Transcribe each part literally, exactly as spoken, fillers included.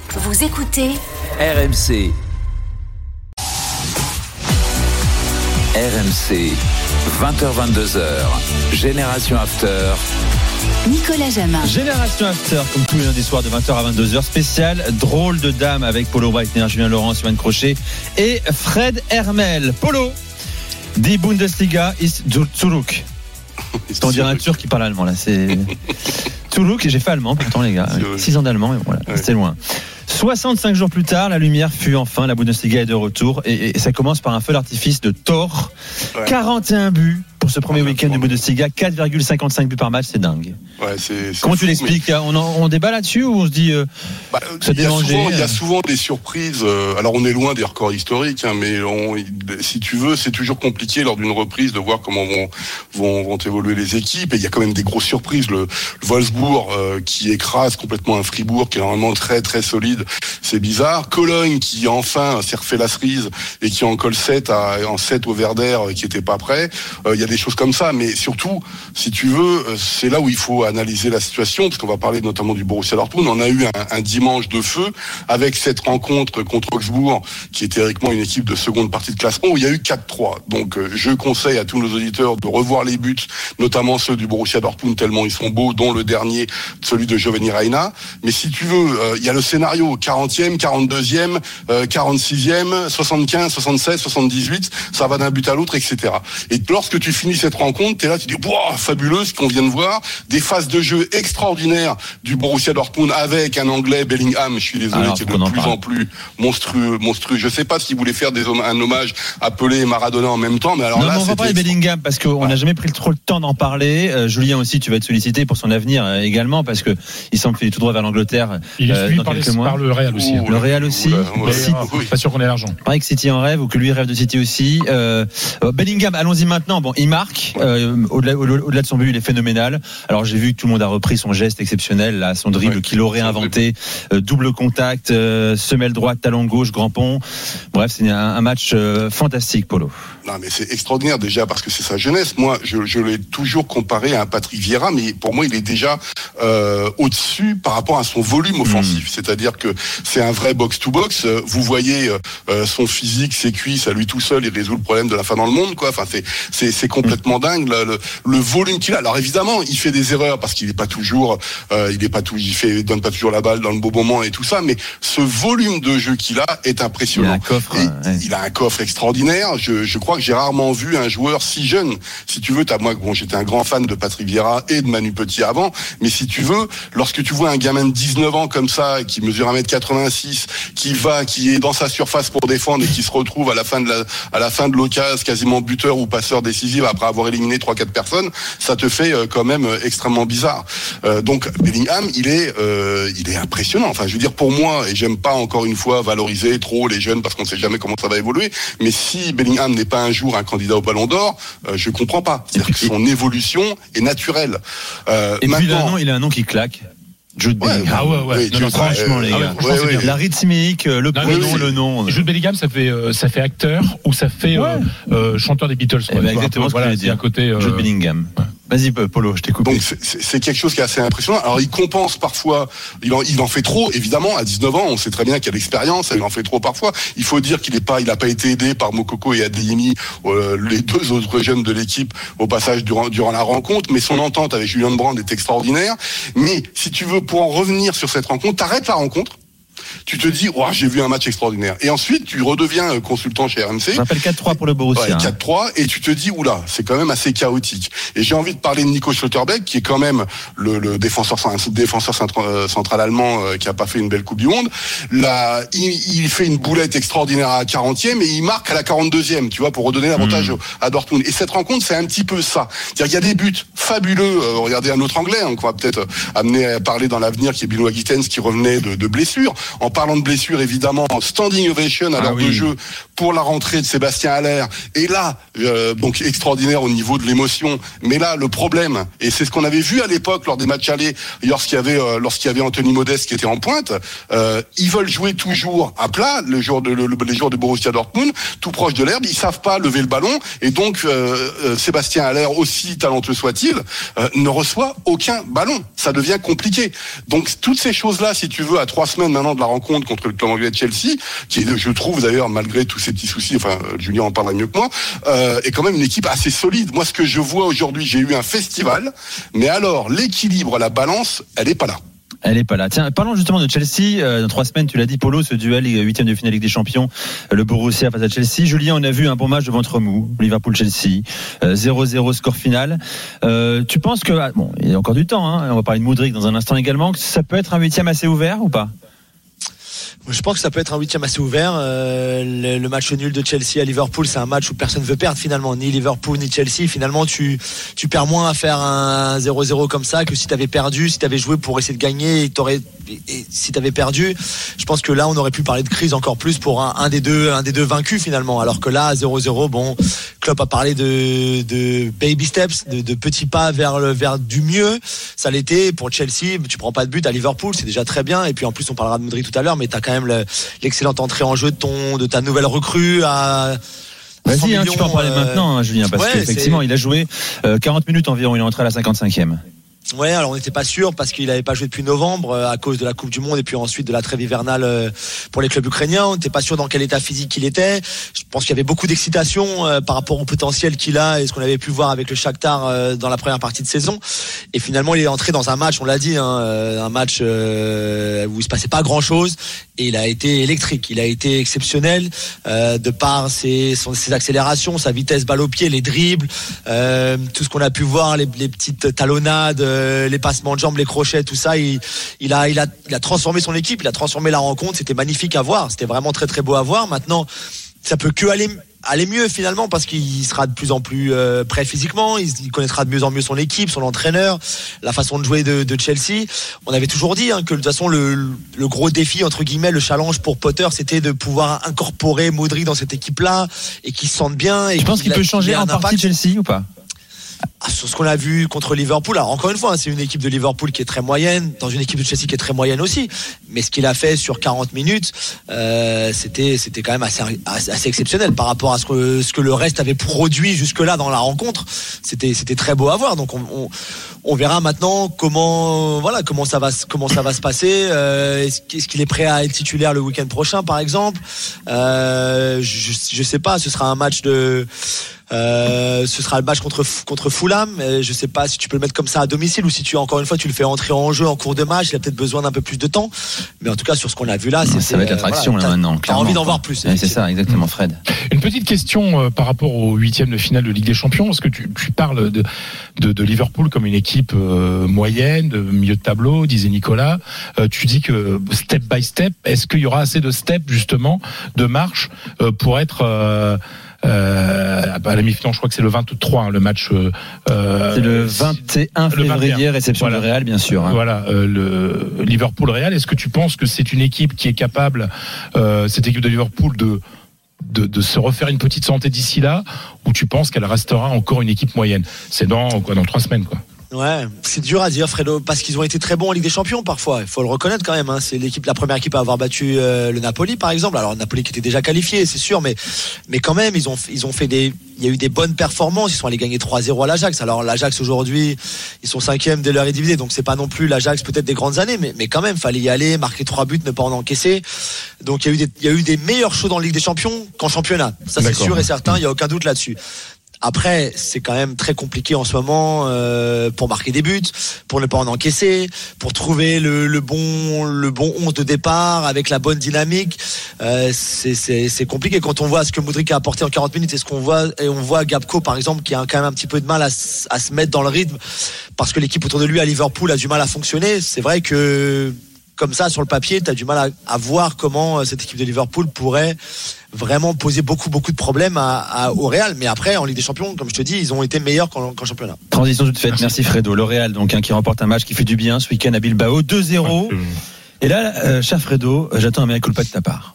Vous écoutez R M C. R M C, vingt heures vingt-deux heures, Génération After. Nicolas Jamin. Génération After, comme tous les lundis soirs de vingt heures à vingt-deux heures, spécial Drôle de Dame avec Polo Breitner, Julien Laurent, Sylvain Crochet et Fred Hermel. Polo, Die Bundesliga ist zurück. C'est on dirait un Turc qui parle allemand là. C'est Zurück, et j'ai fait allemand pourtant les gars. Six ans d'allemand, mais voilà, ouais. C'était loin. soixante-cinq jours plus tard, la lumière fut enfin, la Bundesliga est de retour et, et ça commence par un feu d'artifice de Thor. Ouais. quarante et un buts pour ce premier week-end de Bundesliga, quatre virgule cinquante-cinq buts par match, c'est dingue. Ouais, c'est, c'est Comment fou, tu l'expliques mais... on, en, on débat là-dessus ou on se dit euh, bah, ça il, y a souvent, il y a euh... souvent des surprises. Alors on est loin des records historiques, hein, mais on, si tu veux, c'est toujours compliqué lors d'une reprise de voir comment vont, vont, vont évoluer les équipes. Et il y a quand même des grosses surprises. Le, le Wolfsburg euh, qui écrase complètement un Fribourg qui est normalement très très solide, c'est bizarre. Cologne qui enfin s'est refait la cerise et qui en colle sept à, en sept au Werder qui était pas prêt. Il euh, y a des choses comme ça, mais surtout, si tu veux, c'est là où il faut analyser la situation, parce qu'on va parler notamment du Borussia Dortmund. On a eu un, un dimanche de feu avec cette rencontre contre Augsbourg, qui est théoriquement une équipe de seconde partie de classement, où il y a eu quatre trois. Donc, euh, je conseille à tous nos auditeurs de revoir les buts, notamment ceux du Borussia Dortmund, tellement ils sont beaux, dont le dernier, celui de Giovanni Reina. Mais si tu veux, euh, il y a le scénario quarantième, quarante-deuxième, euh, quarante-sixième, soixante-quinze, soixante-seize, soixante-dix-huit, ça va d'un but à l'autre, et cetera. Et lorsque tu finis cette rencontre, t'es là, tu dis, wow, fabuleux ce qu'on vient de voir, des phases de jeu extraordinaires du Borussia Dortmund avec un Anglais, Bellingham, je suis désolé, Alors, qui est de plus parle. en plus monstrueux, monstrueux. Je sais pas s'il voulait faire des, un hommage à Pelé et Maradona en même temps, mais alors non, là, mais on va parler de Bellingham parce qu'on n'a jamais pris trop le temps d'en parler. Euh, Julien aussi, tu vas être sollicité pour son avenir euh, également parce que il semble filer tout droit vers l'Angleterre. Il est euh, suivi dans par, quelques les, mois. par le Real aussi. Ouh, le Real aussi. Ouh, là, City, oui. Pas sûr qu'on ait l'argent. Pareil que City en rêve ou que lui rêve de City aussi. Euh, Bellingham, allons-y maintenant. Bon, il marque. Euh, au-delà, au-delà de son but, il est phénoménal. Alors j'ai vu que tout le monde a repris son geste exceptionnel, là, son dribble ouais, qu'il aurait inventé, euh, double contact, euh, semelle droite, talon gauche, grand pont. Bref, c'est un, un match euh, fantastique, Polo. Non, mais c'est extraordinaire déjà parce que c'est sa jeunesse. Moi, je, je l'ai toujours comparé à un Patrick Vieira, mais pour moi, il est déjà euh, au-dessus par rapport à son volume offensif. Mmh. C'est-à-dire que c'est un vrai box-to-box. Vous voyez euh, son physique, ses cuisses, à lui tout seul, il résout le problème de la fin dans le monde, quoi. Enfin, c'est c'est, c'est complètement mmh. dingue le, le, le volume qu'il a. Alors évidemment, il fait des erreurs parce qu'il n'est pas toujours, euh, il est pas tout, il fait, donne pas toujours la balle dans le beau moment et tout ça. Mais ce volume de jeu qu'il a est impressionnant. Il a un coffre. Et, ouais. Il a un coffre extraordinaire. Je, je crois que j'ai rarement vu un joueur si jeune. Si tu veux, t'as moi, bon, j'étais un grand fan de Patrick Vieira et de Manu Petit avant, mais si tu veux, lorsque tu vois un gamin de dix-neuf ans comme ça, qui mesure un mètre quatre-vingt-six, qui va, qui est dans sa surface pour défendre et qui se retrouve à la fin de la, à la fin de l'occasion quasiment buteur ou passeur décisif après avoir éliminé trois quatre personnes, ça te fait euh, quand même euh, extrêmement bizarre. Euh, donc Bellingham, il est, euh, il est impressionnant. Enfin, je veux dire pour moi, et j'aime pas encore une fois valoriser trop les jeunes parce qu'on sait jamais comment ça va évoluer, mais si Bellingham n'est pas un jour un candidat au Ballon d'Or, euh, je comprends pas. C'est-à-dire que son évolution est naturelle. Euh, et puis il a un nom, il a un nom qui claque. Jude ouais, Bellingham. Ah ouais, ouais. Oui, non, non, franchement, euh, les gars. Ah ouais, ouais, ouais. La rythmique, le non, prénom, oui, le nom. Jude Bellingham, ça fait, euh, ça fait acteur ou ça fait ouais. euh, euh, chanteur des Beatles. Eh ben, exactement ce que voilà, je dire. À côté, euh... Jude Bellingham. Ouais. Vas-y, Polo, je t'ai coupé. Donc c'est, c'est quelque chose qui est assez impressionnant. Alors il compense parfois, il en, il en fait trop. Évidemment, à dix-neuf ans, on sait très bien qu'il a l'expérience, il en fait trop parfois. Il faut dire qu'il est pas, il a pas été aidé par Mokoko et Adeyemi, euh, les deux autres jeunes de l'équipe, au passage durant, durant la rencontre. Mais son entente avec Julian Brand est extraordinaire. Mais si tu veux, pour en revenir sur cette rencontre, t'arrêtes la rencontre. Tu te dis, oh, j'ai vu un match extraordinaire. Et ensuite, tu redeviens consultant chez R M C. J'appelle quatre trois pour le Borussia. Ouais, quatre trois, et tu te dis, oula, c'est quand même assez chaotique. Et j'ai envie de parler de Nico Schlotterbeck, qui est quand même le, le défenseur, défenseur central allemand euh, qui a pas fait une belle Coupe du Monde. Là, il, il fait une boulette extraordinaire à la quarantième et il marque à la quarante-deuxième, tu vois, pour redonner l'avantage mmh. à Dortmund. Et cette rencontre, c'est un petit peu ça. C'est-à-dire qu'il y a des buts fabuleux. Euh, regardez un autre Anglais, hein, qu'on va peut-être amener à parler dans l'avenir, qui est Benoît Gittens, qui revenait de, de blessure. En parlant de blessure, évidemment, standing ovation à l'heure ah oui. de jeu pour la rentrée de Sébastien Haller. Et là, euh, donc extraordinaire au niveau de l'émotion. Mais là, le problème, et c'est ce qu'on avait vu à l'époque lors des matchs allés, lorsqu'il y avait euh, lorsqu'il y avait Anthony Modeste qui était en pointe, euh, ils veulent jouer toujours à plat, le jour de le, les joueurs de Borussia Dortmund, tout proche de l'herbe. Ils savent pas lever le ballon, et donc euh, euh, Sébastien Haller, aussi talentueux soit-il, euh, ne reçoit aucun ballon. Ça devient compliqué. Donc toutes ces choses-là, si tu veux, à trois semaines maintenant de la rencontre rencontre contre le club anglais de Chelsea, qui est, je trouve d'ailleurs, malgré tous ces petits soucis, enfin, Julien en parlera mieux que moi, euh, est quand même une équipe assez solide. Moi, ce que je vois aujourd'hui, j'ai eu un festival, mais alors, l'équilibre, la balance, elle est pas là. Elle est pas là. Tiens, parlons justement de Chelsea. Euh, dans trois semaines, tu l'as dit, Polo, ce duel huitième de finale Ligue des Champions, le Borussia face à Chelsea. Julien, on a vu un bon match de ventre mou, Liverpool-Chelsea, euh, zéro zéro score final. Euh, tu penses que, ah, bon, il y a encore du temps, hein, on va parler de Mudryk dans un instant également, que ça peut être un huitième assez ouvert ou pas? Je pense que ça peut être un huitième assez ouvert. Euh, le, le match nul de Chelsea à Liverpool, c'est un match où personne ne veut perdre finalement, ni Liverpool ni Chelsea. Finalement, tu tu perds moins à faire un zéro zéro comme ça que si tu avais perdu, si tu avais joué pour essayer de gagner et, t'aurais, et si tu avais perdu. Je pense que là, on aurait pu parler de crise encore plus pour un, un des deux un des deux vaincus finalement. Alors que là, zéro zéro, bon, Klopp a parlé de de baby steps, de, de petits pas vers le vers du mieux. Ça l'était pour Chelsea. Tu prends pas de but à Liverpool, c'est déjà très bien. Et puis en plus, on parlera de Mudryk tout à l'heure, mais t'as quand même Le, l'excellente entrée en jeu de ton de ta nouvelle recrue à Vas-y, hein, tu peux en parler euh... maintenant, hein, Julien, parce ouais, qu'effectivement, c'est... il a joué euh, quarante minutes environ, il est entré à la cinquante-cinquième. Ouais, alors on n'était pas sûr parce qu'il n'avait pas joué depuis novembre euh, à cause de la Coupe du Monde et puis ensuite de la trêve hivernale euh, pour les clubs ukrainiens. On n'était pas sûr dans quel état physique il était. Je pense qu'il y avait beaucoup d'excitation euh, par rapport au potentiel qu'il a et ce qu'on avait pu voir avec le Shakhtar euh, dans la première partie de saison. Et finalement, il est entré dans un match, on l'a dit, hein, euh, un match euh, où il se passait pas grand-chose et il a été électrique. Il a été exceptionnel euh, de par ses, son, ses accélérations, sa vitesse balle au pied, les dribbles, euh, tout ce qu'on a pu voir, les, les petites talonnades. Euh, les passements de jambes, les crochets, tout ça, il, il a, il a, il a transformé son équipe, il a transformé la rencontre. C'était magnifique à voir, c'était vraiment très très beau à voir. Maintenant, ça peut que aller, aller mieux finalement parce qu'il sera de plus en plus euh, prêt physiquement, il, il connaîtra de mieux en mieux son équipe, son entraîneur, la façon de jouer de, de Chelsea. On avait toujours dit hein, que de toute façon le, le gros défi entre guillemets, le challenge pour Potter, c'était de pouvoir incorporer Mudryk dans cette équipe-là et qu'il se sente bien. Et tu penses qu'il peut changer en partie Chelsea ou pas? Ah, sur ce qu'on a vu contre Liverpool, alors encore une fois, hein, c'est une équipe de Liverpool qui est très moyenne, dans une équipe de Chelsea qui est très moyenne aussi. Mais ce qu'il a fait sur quarante minutes, euh, c'était c'était quand même assez assez exceptionnel par rapport à ce que ce que le reste avait produit jusque-là dans la rencontre. C'était c'était très beau à voir. Donc on on, on verra maintenant comment voilà comment ça va comment ça va se passer. Euh, est-ce, est-ce qu'il est prêt à être titulaire le week-end prochain, par exemple? euh, je je sais pas. Ce sera un match de Euh, ce sera le match contre contre Fulham. Euh, je sais pas si tu peux le mettre comme ça à domicile ou si tu encore une fois tu le fais entrer en jeu en cours de match. Il a peut-être besoin d'un peu plus de temps. Mais en tout cas sur ce qu'on a vu là, c'est ça va être l'attraction euh, voilà, là maintenant. T'as envie d'en voir plus. Ouais, c'est ça, exactement, Fred. Une petite question euh, par rapport au huitième de finale de Ligue des Champions, parce que tu, tu parles de, de de Liverpool comme une équipe euh, moyenne, de milieu de tableau, disait Nicolas. Euh, tu dis que step by step, est-ce qu'il y aura assez de steps justement, de marche euh, pour être euh, Euh, à la mi-finale, je crois que c'est le vingt-trois, hein, le match. Euh, c'est le vingt et un février, réception voilà. du Real, bien sûr. Hein. Voilà, euh, le Liverpool-Real. Est-ce que tu penses que c'est une équipe qui est capable, euh, cette équipe de Liverpool, de, de de se refaire une petite santé d'ici là, ou tu penses qu'elle restera encore une équipe moyenne? C'est dans quoi, dans trois semaines, quoi. Ouais, c'est dur à dire, Fredo, parce qu'ils ont été très bons en Ligue des Champions parfois. Il faut le reconnaître quand même. Hein. C'est l'équipe, la première équipe à avoir battu euh, le Napoli, par exemple. Alors le Napoli qui était déjà qualifié, c'est sûr, mais mais quand même, ils ont ils ont fait des, il y a eu des bonnes performances. Ils sont allés gagner trois zéro à l'Ajax. Alors l'Ajax aujourd'hui, ils sont cinquième dès leur est divisé, donc c'est pas non plus l'Ajax peut-être des grandes années, mais mais quand même, fallait y aller, marquer trois buts, ne pas en encaisser. Donc il y a eu des il y a eu des meilleurs shows dans la Ligue des Champions qu'en championnat. Ça c'est sûr et certain. Il y a aucun doute là-dessus. Après, c'est quand même très compliqué en ce moment euh, pour marquer des buts, pour ne pas en encaisser, pour trouver le, le bon le bon onze de départ avec la bonne dynamique. Euh, c'est, c'est, c'est compliqué quand on voit ce que Mudryk a apporté en quarante minutes et ce qu'on voit et on voit Gakpo par exemple qui a quand même un petit peu de mal à, à se mettre dans le rythme parce que l'équipe autour de lui à Liverpool a du mal à fonctionner. C'est vrai que comme ça sur le papier, tu as du mal à, à voir comment cette équipe de Liverpool pourrait vraiment poser beaucoup beaucoup de problèmes à, à, au Real. Mais après en Ligue des Champions, comme je te dis, ils ont été meilleurs qu'en, qu'en championnat. Transition toute faite. Merci Fredo. Le Real donc hein, qui remporte un match qui fait du bien ce week-end à Bilbao, deux zéro. Et là, euh, cher Fredo, j'attends un mea culpa de ta part.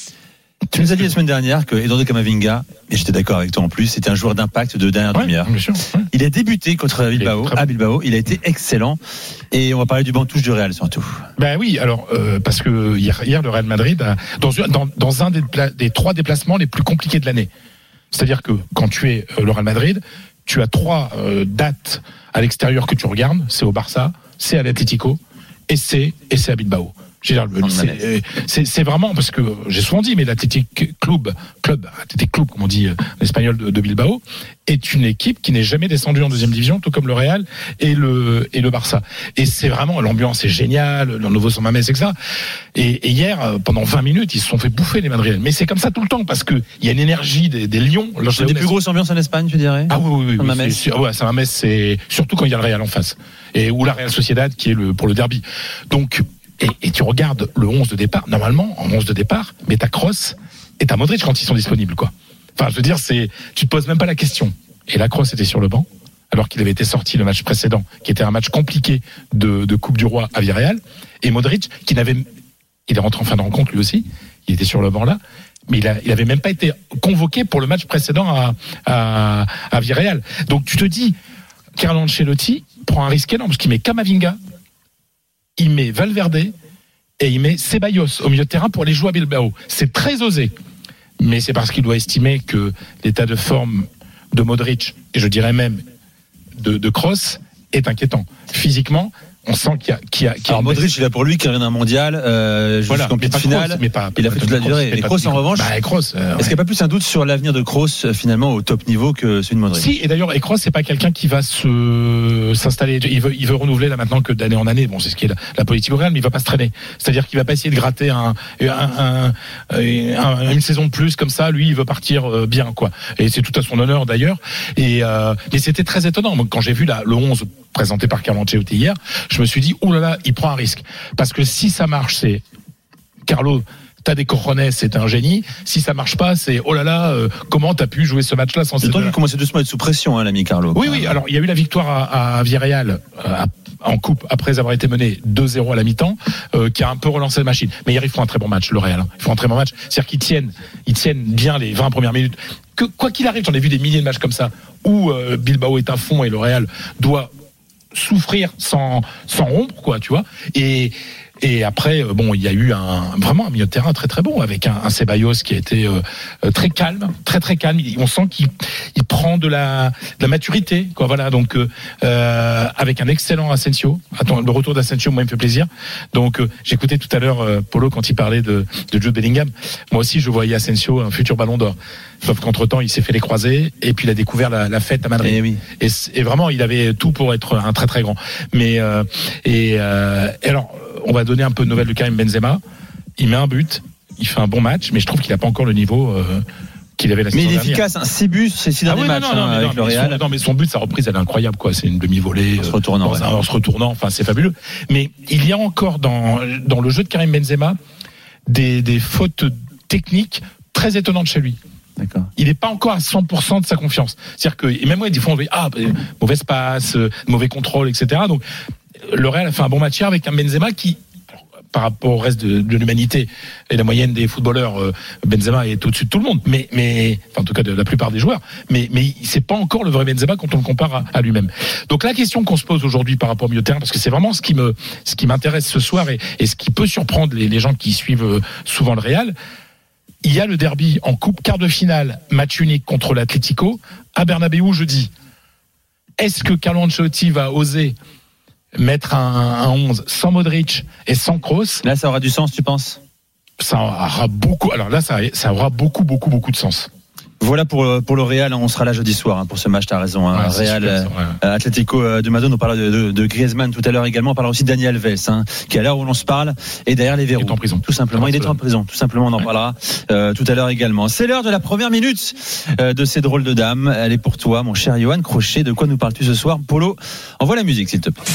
Tu nous as dit la semaine dernière que Eduardo Camavinga, et j'étais d'accord avec toi en plus, c'était un joueur d'impact de dernière ouais, demi-heure. Bien sûr, ouais. Il a débuté contre Bilbao, à Bilbao, il a été excellent. Et on va parler du banc de touche du Real surtout. Ben oui, alors euh, parce que hier, hier le Real Madrid a, dans, dans, dans un des, des trois déplacements les plus compliqués de l'année. C'est-à-dire que quand tu es euh, le Real Madrid, tu as trois euh, dates à l'extérieur que tu regardes. C'est au Barça, c'est à l'Atlético et c'est et c'est à Bilbao. Je veux dire, c'est, c'est, c'est vraiment parce que j'ai souvent dit, mais l'Athletic Club, club, Athletic Club, comme on dit en espagnol de, de Bilbao, est une équipe qui n'est jamais descendue en deuxième division, tout comme le Real et le et le Barça. Et c'est vraiment l'ambiance est géniale, le nouveau San Mamés, et cetera. Et, et hier, pendant vingt minutes, ils se sont fait bouffer les Madrilènes. Mais c'est comme ça tout le temps parce que il y a une énergie des, des Lions. C'est des plus grosses ambiances en Espagne, tu dirais. Ah oui, oui, oui. oui c'est, ouais, San Mamés, c'est surtout quand il y a le Real en face et ou la Real Sociedad qui est le pour le derby. Donc Et, et tu regardes le onze de départ, normalement, en onze de départ, mais t'as Kroos et t'as Modric quand ils sont disponibles, quoi. Enfin, je veux dire, c'est, tu te poses même pas la question. Et là, Kroos était sur le banc, alors qu'il avait été sorti le match précédent, qui était un match compliqué de, de Coupe du Roi à Villarreal. Et Modric, qui n'avait, il est rentré en fin de rencontre, lui aussi. Il était sur le banc là. Mais il, a, il avait même pas été convoqué pour le match précédent à, à, à Villarreal. Donc, tu te dis, Carlo Ancelotti prend un risque énorme, parce qu'il met Camavinga, il met Valverde et il met Ceballos au milieu de terrain pour les jouer à Bilbao. C'est très osé, mais c'est parce qu'il doit estimer que l'état de forme de Modric, et je dirais même de, de Kroos, est inquiétant. Physiquement, on sent qu'il y a... Qu'il y a, qu'il y a Alors Modric, il a pour lui qui revient d'un mondial, euh, voilà, jusqu'en petite finale, Kroos, mais pas, il a fait toute la durée. Et Kroos, en revanche, bah, Kroos, euh, est-ce ouais. qu'il n'y a pas plus un doute sur l'avenir de Kroos, finalement, au top niveau que celui de Modric? Si, et d'ailleurs, et Kroos, c'est pas quelqu'un qui va se, s'installer, il veut, il veut renouveler là maintenant que d'année en année, bon, c'est ce qui est la, la politique au Real, mais il va pas se traîner. C'est-à-dire qu'il va pas essayer de gratter un, un, un, un, une saison de plus comme ça, lui, il veut partir bien, quoi. Et c'est tout à son honneur, d'ailleurs. Et, euh, mais c'était très étonnant. Quand j'ai vu la, le onze présenté par Carlo Ancelotti hier, je me suis dit, oh là là, il prend un risque. Parce que si ça marche, c'est Carlo, t'as des cojones, c'est un génie. Si ça marche pas, c'est oh là là, euh, comment t'as pu jouer ce match-là sans C'est toi qui commençait doucement à être sous pression, hein, l'ami Carlo. Oui, oui. Alors, il y a eu la victoire à, à Villarreal euh, en coupe après avoir été mené deux zéro à la mi-temps, euh, qui a un peu relancé la machine. Mais hier, ils font un très bon match, le Real. Hein. Ils font un très bon match. C'est-à-dire qu'ils tiennent, ils tiennent bien les vingt premières minutes. Que, quoi qu'il arrive, j'en ai vu des milliers de matchs comme ça, où euh, Bilbao est à fond et le Real doit souffrir sans sans rompre, quoi, tu vois. Et et après, bon, il y a eu un vraiment un milieu de terrain très très bon avec un, un Ceballos qui a été euh, très calme, très très calme. On sent qu'il il prend de la de la maturité, quoi. Voilà, donc euh, avec un excellent Asensio. Attends, le retour d'Asensio, moi, il me fait plaisir. Donc euh, j'écoutais tout à l'heure euh, Polo quand il parlait de de Jude Bellingham. Moi aussi, je voyais Asensio un futur Ballon d'Or. Sauf qu'entre temps, il s'est fait les croisés et puis il a découvert la, la fête à Madrid. Et, oui. et, et vraiment, il avait tout pour être un très très grand. Mais euh, et, euh, et alors, on va donner un peu de nouvelles de Karim Benzema. Il met un but, il fait un bon match, mais je trouve qu'il n'a pas encore le niveau euh, qu'il avait la saison dernière. Mais il est dernière. efficace, hein. six buts, c'est six derniers ah oui, matchs non, non, hein, non, avec non, le Real. Son, non, mais son but, sa reprise, elle est incroyable, quoi. C'est une demi-volée en se retournant, euh, ouais. en se retournant. Enfin, c'est fabuleux. Mais il y a encore dans dans le jeu de Karim Benzema des des fautes techniques très étonnantes chez lui. D'accord. Il n'est pas encore à cent pour cent de sa confiance. C'est-à-dire que, et même ouais, des fois on dit ah mauvaise passe, mauvais contrôle, et cetera. Donc le Real a fait un bon match hier avec un Benzema qui, par rapport au reste de, de l'humanité et la moyenne des footballeurs, euh, Benzema est au-dessus de tout le monde. Mais, mais enfin, en tout cas de la plupart des joueurs. Mais, mais c'est pas encore le vrai Benzema quand on le compare à, à lui-même. Donc la question qu'on se pose aujourd'hui par rapport au milieu de terrain, parce que c'est vraiment ce qui me, ce qui m'intéresse ce soir et, et ce qui peut surprendre les, les gens qui suivent souvent le Real. Il y a le derby en coupe, quart de finale, match unique contre l'Atlético à Bernabéu jeudi. Est-ce que Carlo Ancelotti va oser mettre un, un onze sans Modric et sans Kroos? Là, ça aura du sens, tu penses? Ça aura beaucoup. Alors là, ça, ça aura beaucoup, beaucoup, beaucoup de sens. Voilà pour pour le Real, on sera là jeudi soir hein, pour ce match, t'as raison. Hein. Ouais, Real, super, ouais. euh, Atlético de Madrid, on parlera de, de, de Griezmann tout à l'heure également, on parlera aussi de Dani Alves, hein, qui à l'heure où l'on se parle est derrière les verrous. Il est en prison. Tout simplement, il est en prison. Tout simplement, on en ouais. parlera euh, tout à l'heure également. C'est l'heure de la première minute euh, de ces drôles de dames. Elle est pour toi, mon cher Johan Crochet. De quoi nous parles-tu ce soir, Polo? Envoie la musique, s'il te plaît.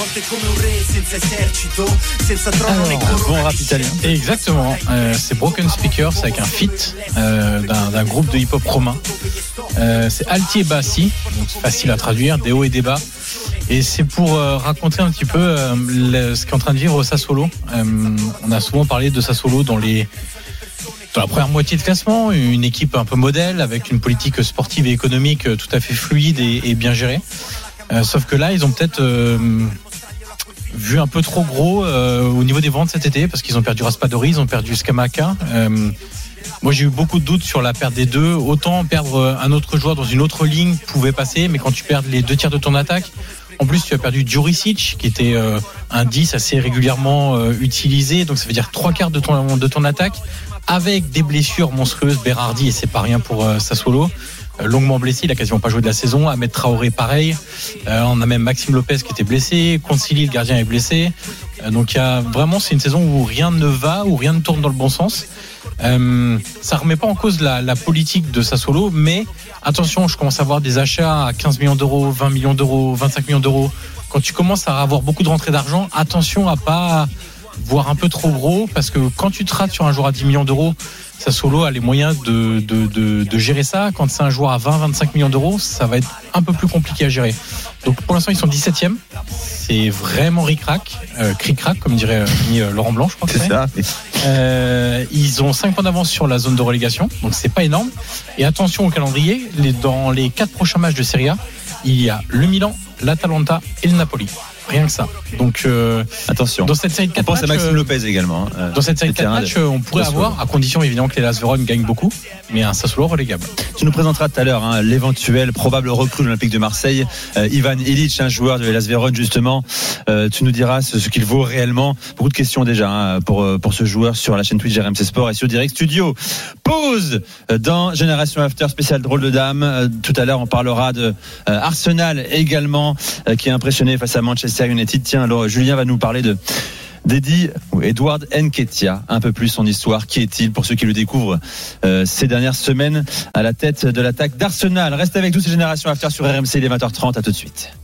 Alors, bon rap italien. Exactement. Euh, c'est Broken Speakers avec un feat euh, d'un, d'un groupe de hip-hop romain. Euh, c'est alti et bassi, donc c'est facile à traduire, des hauts et des bas. Et c'est pour euh, raconter un petit peu euh, le, ce qu'est en train de vivre Sassuolo. Euh, on a souvent parlé de Sassuolo dans les dans la première moitié de classement, une équipe un peu modèle avec une politique sportive et économique tout à fait fluide et, et bien gérée. Euh, sauf que là, ils ont peut-être euh, vu un peu trop gros euh, au niveau des ventes cet été parce qu'ils ont perdu Raspadori, ils ont perdu Scamacca. Euh, Moi, j'ai eu beaucoup de doutes sur la perte des deux. Autant perdre un autre joueur dans une autre ligne pouvait passer, mais quand tu perds les deux tiers de ton attaque, En plus, tu as perdu Djuricic, qui était euh, un dix assez régulièrement euh, utilisé. Donc, ça veut dire trois quarts de ton, de ton attaque. Avec des blessures monstrueuses, Berardi, et c'est pas rien pour euh, Sassuolo. Euh, longuement blessé, il a quasiment pas joué de la saison. Ahmed Traoré, pareil. Euh, on a même Maxime Lopez qui était blessé. Concili, le gardien, est blessé. Euh, donc, il y a vraiment, c'est une saison où rien ne va, où rien ne tourne dans le bon sens. Euh, ça remet pas en cause la, la politique de Sassuolo, mais attention, je commence à voir des achats à quinze millions d'euros, vingt millions d'euros, vingt-cinq millions d'euros. Quand tu commences à avoir beaucoup de rentrées d'argent, attention à pas voir un peu trop gros, parce que quand tu te rates sur un joueur à dix millions d'euros, Sassuolo a les moyens de, de, de, de gérer ça. Quand c'est un joueur à vingt à vingt-cinq millions d'euros, ça va être un peu plus compliqué à gérer. Donc pour l'instant, ils sont dix-septième. C'est vraiment ric-rac, euh, cric-crac, comme dirait euh, ami, euh, Laurent Blanc, je crois que c'est. C'est ça. Euh, ils ont cinq points d'avance sur la zone de relégation, donc c'est pas énorme. Et attention au calendrier, les, dans les quatre prochains matchs de Serie A, il y a le Milan, l'Atalanta et le Napoli. Rien que ça. Donc euh, attention. Dans cette série de quatre on pense matchs, à Maxime euh, Lopez également. Hein, dans cette série de quatre matchs, on pourrait avoir, à condition évidemment que les Hellas Vérone gagnent beaucoup, mais un Sassuolo relégable. Tu nous présenteras tout à l'heure hein, l'éventuel probable recrue de l'Olympique de Marseille, euh, Ivan Ilic, un joueur de Hellas Vérone justement. Euh, tu nous diras ce, ce qu'il vaut réellement. Beaucoup de questions déjà hein, pour pour ce joueur sur la chaîne Twitch R M C Sport et sur Direct Studio. Pause dans Génération After spécial drôle de dame. Euh, tout à l'heure, on parlera de euh, Arsenal également euh, qui est impressionné face à Manchester United. Tiens, alors Julien va nous parler de d'Eddie ou Edward Nketiah, un peu plus son histoire. Qui est-il pour ceux qui le découvrent euh, ces dernières semaines à la tête de l'attaque d'Arsenal? Reste avec nous, c'est Génération After sur R M C, il est vingt heures trente, à tout de suite.